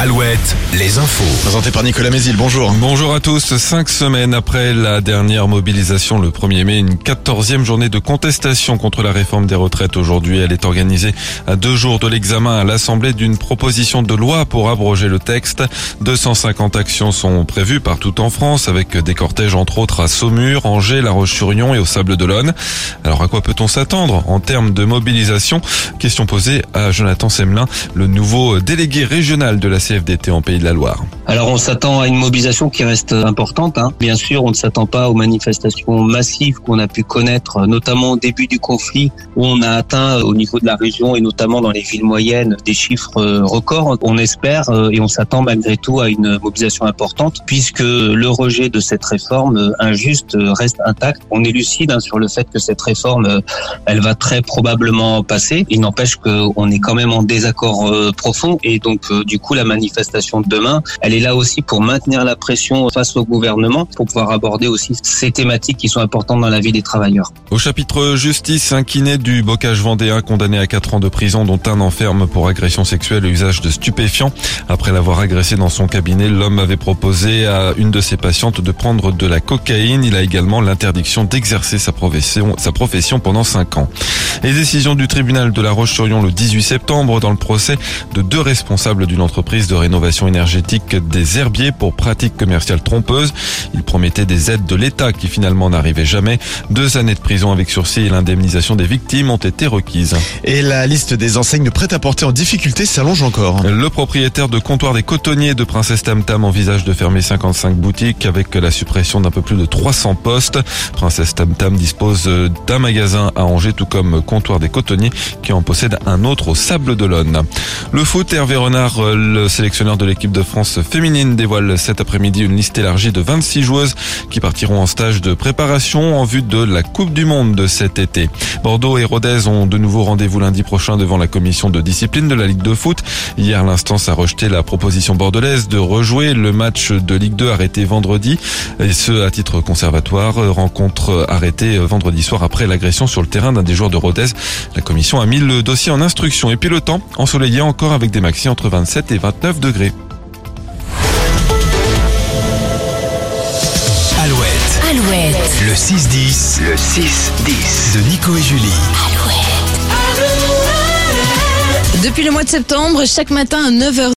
Alouette, les infos. Présenté par Nicolas Mézil, bonjour. Bonjour à tous. 5 semaines après la dernière mobilisation le 1er mai, une 14e journée de contestation contre la réforme des retraites. Aujourd'hui, elle est organisée à 2 jours de l'examen à l'Assemblée d'une proposition de loi pour abroger le texte. 250 actions sont prévues partout en France avec des cortèges entre autres à Saumur, Angers, La Roche-sur-Yon et au Sables-d'Olonne. Alors à quoi peut-on s'attendre en termes de mobilisation? Question posée à Jonathan Semelin, le nouveau délégué régional de la CFDT en Pays de la Loire. Alors on s'attend à une mobilisation qui reste importante. Bien sûr, on ne s'attend pas aux manifestations massives qu'on a pu connaître, notamment au début du conflit, où on a atteint au niveau de la région et notamment dans les villes moyennes des chiffres records. On espère et on s'attend malgré tout à une mobilisation importante, puisque le rejet de cette réforme injuste reste intact. On est lucide sur le fait que cette réforme, elle va très probablement passer. Il n'empêche qu'on est quand même en désaccord profond et donc du coup la manifestation de demain, elle est là aussi pour maintenir la pression face au gouvernement, pour pouvoir aborder aussi ces thématiques qui sont importantes dans la vie des travailleurs. Au chapitre justice, un kiné du bocage vendéen condamné à 4 ans de prison, dont 1 an ferme pour agression sexuelle et usage de stupéfiants. Après l'avoir agressé dans son cabinet, l'homme avait proposé à une de ses patientes de prendre de la cocaïne. Il a également l'interdiction d'exercer sa profession pendant 5 ans. Les décisions du tribunal de La Roche-sur-Yon le 18 septembre dans le procès de 2 responsables d'une entreprise de rénovation énergétique des Herbiers pour pratiques commerciales trompeuses. Ils promettaient des aides de l'État qui finalement n'arrivaient jamais. 2 années de prison avec sursis et l'indemnisation des victimes ont été requises. Et la liste des enseignes prêt-à-porter en difficulté s'allonge encore. Le propriétaire de comptoir des cotonniers de Princesse Tam Tam envisage de fermer 55 boutiques avec la suppression d'un peu plus de 300 postes. Princesse Tam Tam dispose d'un magasin à Angers, tout comme comptoir des cotonniers qui en possède un autre au Sables-d'Olonne. Le foot, Hervé Renard, le sélectionneur de l'équipe de France féminine, dévoile cet après-midi une liste élargie de 26 joueuses qui partiront en stage de préparation en vue de la Coupe du Monde de cet été. Bordeaux et Rodez ont de nouveau rendez-vous lundi prochain devant la commission de discipline de la Ligue de foot. Hier, l'instance a rejeté la proposition bordelaise de rejouer le match de Ligue 2 arrêté vendredi, et ce à titre conservatoire. Rencontre arrêtée vendredi soir après l'agression sur le terrain d'un des joueurs de Rodez. La commission a mis le dossier en instruction. Et puis le temps, ensoleillé encore avec des maxi entre 27 et 29 degrés. Alouette. Le 6-10. Le 6-10. De Nico et Julie. Depuis le mois de septembre, chaque matin à 9h,